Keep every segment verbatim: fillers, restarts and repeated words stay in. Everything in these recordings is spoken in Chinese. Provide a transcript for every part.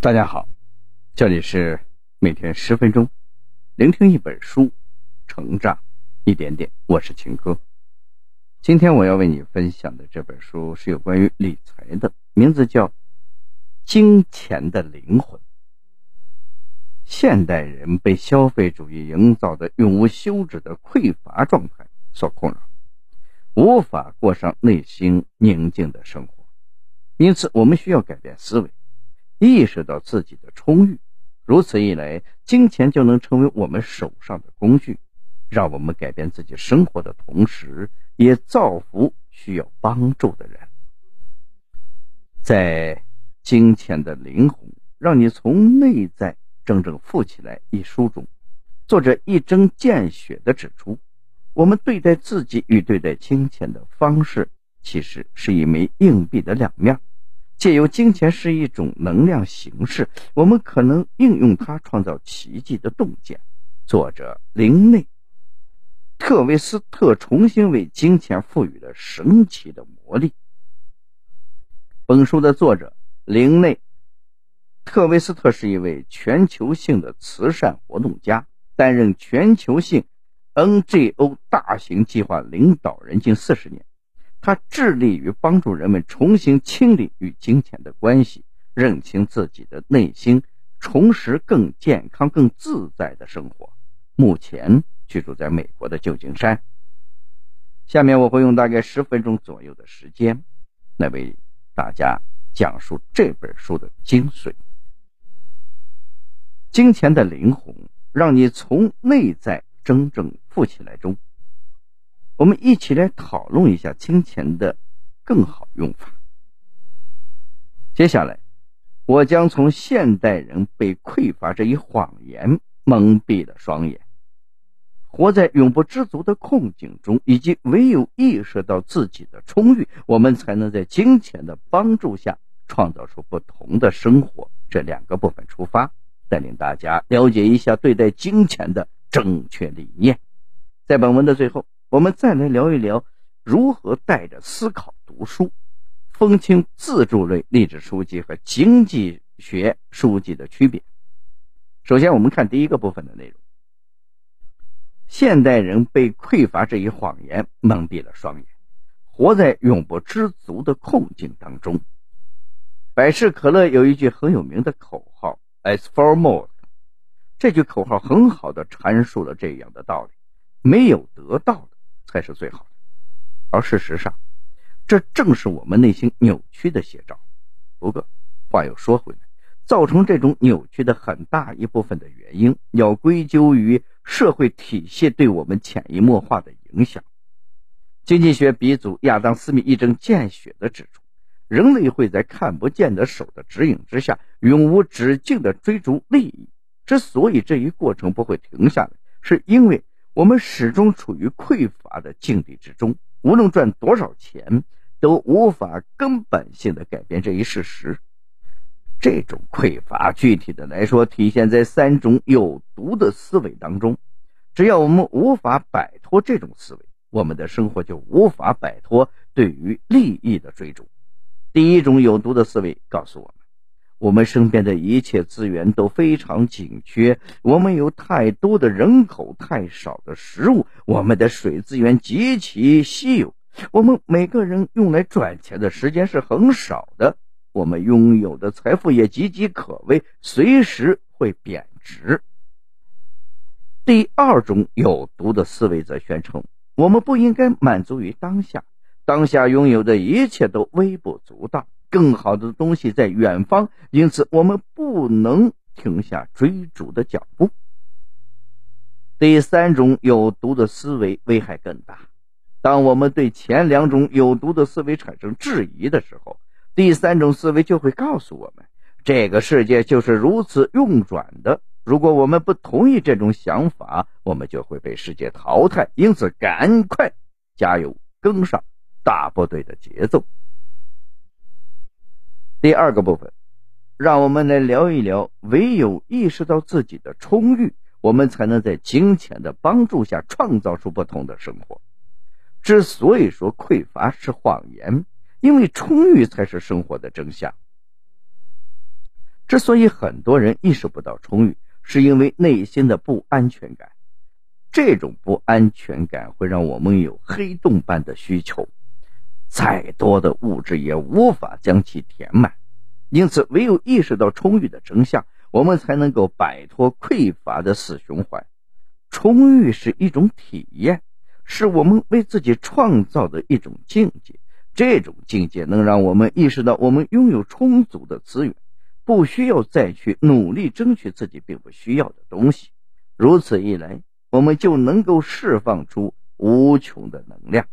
大家好，这里是每天十分钟，聆听一本书，成长一点点。我是秦哥。今天我要为你分享的这本书是有关于理财的，名字叫《金钱的灵魂》。现代人被消费主义营造的永无休止的匮乏状态所困扰，无法过上内心宁静的生活。因此我们需要改变思维，意识到自己的充裕，如此一来，金钱就能成为我们手上的工具，让我们改变自己生活的同时，也造福需要帮助的人。在《金钱的灵魂》让你从内在真正富起来一书中，作者一针见血地指出，我们对待自己与对待金钱的方式其实是一枚硬币的两面。借由金钱是一种能量形式，我们可能应用它创造奇迹的洞见。作者林内特维斯特重新为金钱赋予了神奇的魔力。本书的作者林内特维斯特是一位全球性的慈善活动家，担任全球性 N G O 大型计划领导人近四十年。他致力于帮助人们重新清理与金钱的关系，认清自己的内心，重拾更健康更自在的生活。目前居住在美国的旧金山。下面我会用大概十分钟左右的时间来为大家讲述这本书的精髓。金钱的灵魂让你从内在真正富起来中，我们一起来讨论一下金钱的更好用法。接下来我将从现代人被匮乏这一谎言蒙蔽了双眼，活在永不知足的困境中，以及唯有意识到自己的充裕，我们才能在金钱的帮助下创造出不同的生活。这两个部分出发，带领大家了解一下对待金钱的正确理念。在本文的最后，我们再来聊一聊如何带着思考读书，分清自助类励志书籍和经济学书籍的区别。首先我们看第一个部分的内容。现代人被匮乏这一谎言蒙蔽了双眼，活在永不知足的困境当中。百事可乐有一句很有名的口号 As for more， 这句口号很好地阐述了这样的道理，没有得到的才是最好的。而事实上，这正是我们内心扭曲的写照。不过话又说回来，造成这种扭曲的很大一部分的原因要归咎于社会体系对我们潜移默化的影响。经济学鼻祖亚当·斯密一针见血地指出，人类会在看不见的手的指引之下永无止境地追逐利益。之所以这一过程不会停下来，是因为我们始终处于匮乏的境地之中，无论赚多少钱都无法根本性地改变这一事实。这种匮乏具体的来说体现在三种有毒的思维当中。只要我们无法摆脱这种思维，我们的生活就无法摆脱对于利益的追逐。第一种有毒的思维告诉我们，我们身边的一切资源都非常紧缺，我们有太多的人口，太少的食物，我们的水资源极其稀有，我们每个人用来赚钱的时间是很少的，我们拥有的财富也岌岌可危，随时会贬值。第二种有毒的思维则宣称，我们不应该满足于当下，当下拥有的一切都微不足道，更好的东西在远方，因此我们不能停下追逐的脚步。第三种有毒的思维危害更大。当我们对前两种有毒的思维产生质疑的时候，第三种思维就会告诉我们，这个世界就是如此运转的，如果我们不同意这种想法，我们就会被世界淘汰，因此赶快加油，跟上大部队的节奏。第二个部分，让我们来聊一聊，唯有意识到自己的充裕，我们才能在金钱的帮助下创造出不同的生活。之所以说匮乏是谎言，因为充裕才是生活的真相。 之所以很多人意识不到充裕，是因为内心的不安全感。这种不安全感会让我们有黑洞般的需求，再多的物质也无法将其填满。因此，唯有意识到充裕的真相，我们才能够摆脱匮乏的死循环。充裕是一种体验，是我们为自己创造的一种境界。这种境界能让我们意识到我们拥有充足的资源，不需要再去努力争取自己并不需要的东西。如此一来，我们就能够释放出无穷的能量。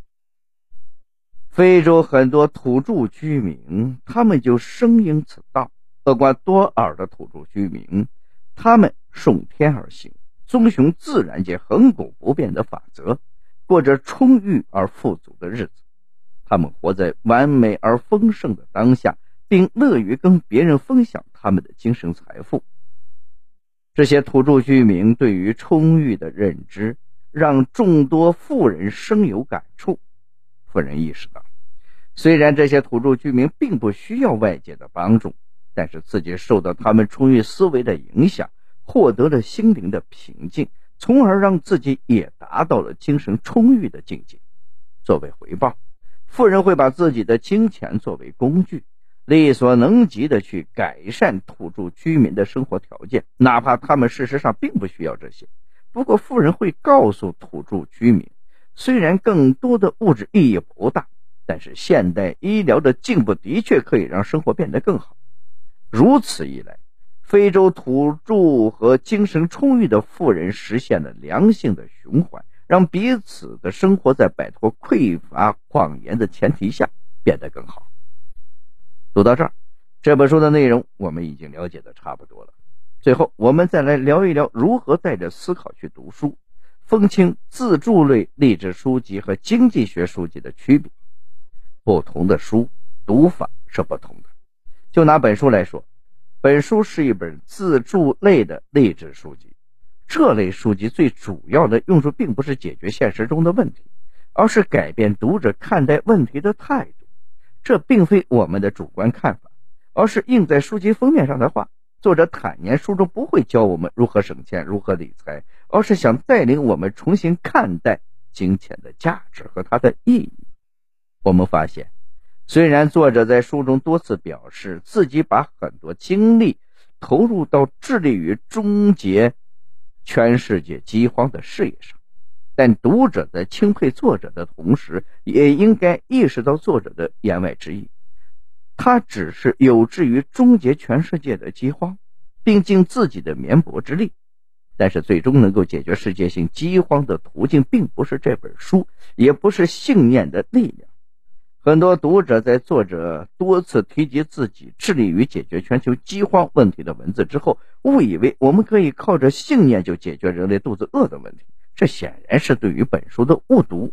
非洲很多土著居民，他们就生因此道。厄瓜多尔的土著居民，他们顺天而行，遵循自然界恒古不变的法则，过着充裕而富足的日子。他们活在完美而丰盛的当下，并乐于跟别人分享他们的精神财富。这些土著居民对于充裕的认知，让众多富人深有感触。富人意识到，虽然这些土著居民并不需要外界的帮助，但是自己受到他们充裕思维的影响，获得了心灵的平静，从而让自己也达到了精神充裕的境界。作为回报，富人会把自己的金钱作为工具，力所能及的去改善土著居民的生活条件，哪怕他们事实上并不需要这些。不过富人会告诉土著居民，虽然更多的物质意义不大，但是现代医疗的进步的确可以让生活变得更好。如此一来，非洲土著和精神充裕的富人实现了良性的循环，让彼此的生活在摆脱匮乏谎言的前提下变得更好。读到这儿，这本书的内容我们已经了解的差不多了。最后我们再来聊一聊如何带着思考去读书，分清自助类励志书籍和经济学书籍的区别。不同的书读法是不同的。就拿本书来说，本书是一本自助类的励志书籍。这类书籍最主要的用处并不是解决现实中的问题，而是改变读者看待问题的态度。这并非我们的主观看法，而是印在书籍封面上的话。作者坦言，书中不会教我们如何省钱，如何理财，而是想带领我们重新看待金钱的价值和它的意义。我们发现，虽然作者在书中多次表示自己把很多精力投入到致力于终结全世界饥荒的事业上，但读者在钦佩作者的同时，也应该意识到作者的言外之意。他只是有志于终结全世界的饥荒，并尽自己的绵薄之力，但是最终能够解决世界性饥荒的途径并不是这本书，也不是信念的力量。很多读者在作者多次提及自己致力于解决全球饥荒问题的文字之后，误以为我们可以靠着信念就解决人类肚子饿的问题，这显然是对于本书的误读。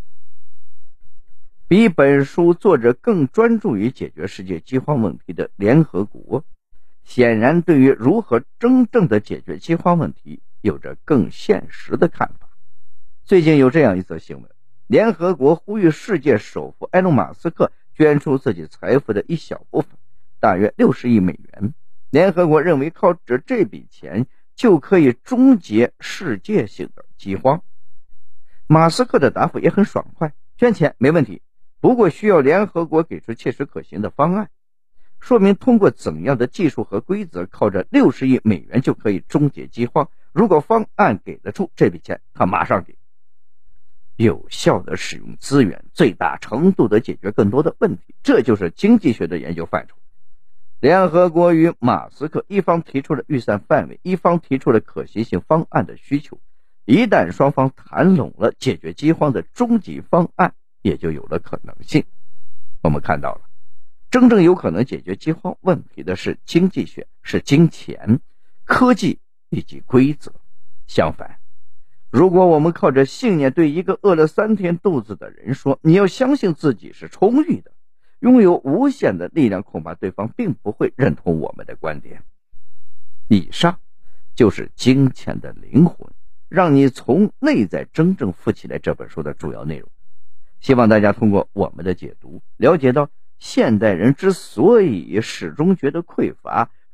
比本书作者更专注于解决世界饥荒问题的联合国，显然对于如何真正的解决饥荒问题有着更现实的看法。最近有这样一则新闻，联合国呼吁世界首富埃隆·马斯克捐出自己财富的一小部分，大约六十亿美元。联合国认为靠着这笔钱就可以终结世界性的饥荒。马斯克的答复也很爽快，捐钱没问题，不过需要联合国给出切实可行的方案，说明通过怎样的技术和规则，靠着六十亿美元就可以终结饥荒。如果方案给得出，这笔钱他马上给。有效的使用资源，最大程度的解决更多的问题，这就是经济学的研究范畴。联合国与马斯克一方提出了预算范围，一方提出了可行性方案的需求。一旦双方谈拢了解决饥荒的终极方案，也就有了可能性。我们看到了，真正有可能解决饥荒问题的是经济学，是金钱、科技以及规则。相反，如果我们靠着信念对一个饿了三天肚子的人说，你要相信自己是充裕的，拥有无限的力量，恐怕对方并不会认同我们的观点。以上就是金钱的灵魂，让你从内在真正富起来这本书的主要内容。希望大家通过我们的解读，了解到现代人之所以始终觉得匮乏，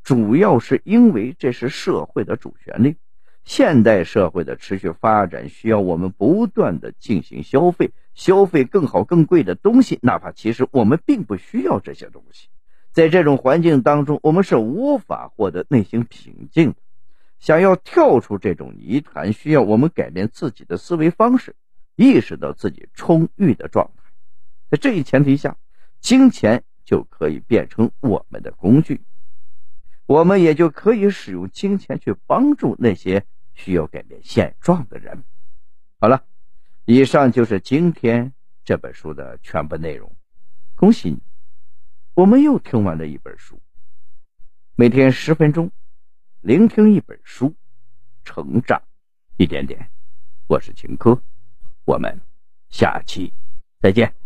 主要是因为这是社会的主旋律。现代社会的持续发展需要我们不断的进行消费，消费更好更贵的东西，哪怕其实我们并不需要这些东西。在这种环境当中，我们是无法获得内心平静的。想要跳出这种泥潭，需要我们改变自己的思维方式，意识到自己充裕的状态。在这一前提下，金钱就可以变成我们的工具，我们也就可以使用金钱去帮助那些需要改变现状的人。好了，以上就是今天这本书的全部内容。恭喜你，我们又听完了一本书。每天十分钟，聆听一本书，成长一点点。我是秦科，我们下期再见。